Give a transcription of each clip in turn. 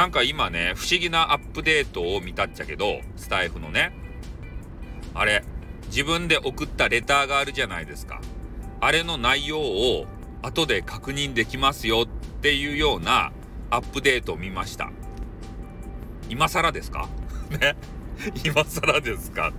なんか今ね、不思議なアップデートを見たっちゃけど、スタイフのね。あれ、自分で送ったレターがあるじゃないですか。あれの内容を後で確認できますよっていうようなアップデートを見ました。今更ですかね。今更ですかって。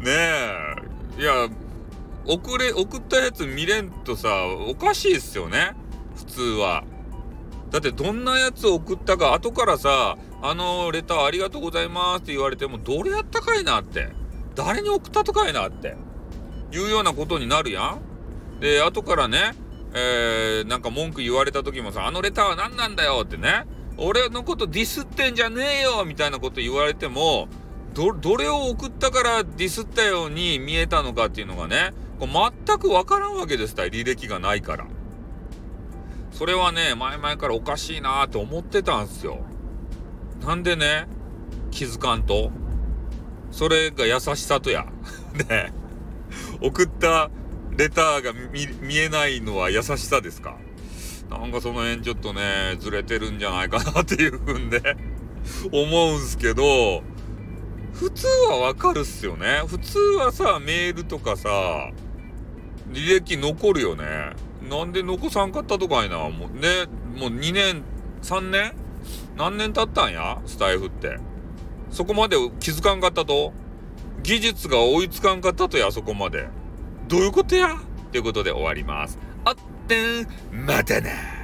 ねえ。いや、送ったやつ見れんとさ、おかしいっすよね。普通は。だってどんなやつ送ったか後からさ、レターありがとうございますって言われても、どれやったかいなって。誰に送ったとかいなっていうようなことになるやん。で、後からね、なんか文句言われた時もさ、あのレターは何なんだよってね、俺のことディスってんじゃねえよみたいなこと言われても、どれを送ったからディスったように見えたのかっていうのがね、こう全くわからんわけです。履歴がないから。それはね、前々からおかしいなーって思ってたんすよ。なんでね、気づかんと。それが優しさとや。ね、送ったレターが見えないのは優しさですか。なんかその辺ちょっとね、ずれてるんじゃないかなっていうふうにね、思うんすけど、普通はわかるっすよね。普通はさ、メールとかさ、履歴残るよね。なんで残さんかったとかいな。もうね、もう2年、3年何年経ったんやスタイフって。そこまで気づかんかったと、技術が追いつかんかったとや、そこまで。どういうことやっていうことで終わります。あってん、またな。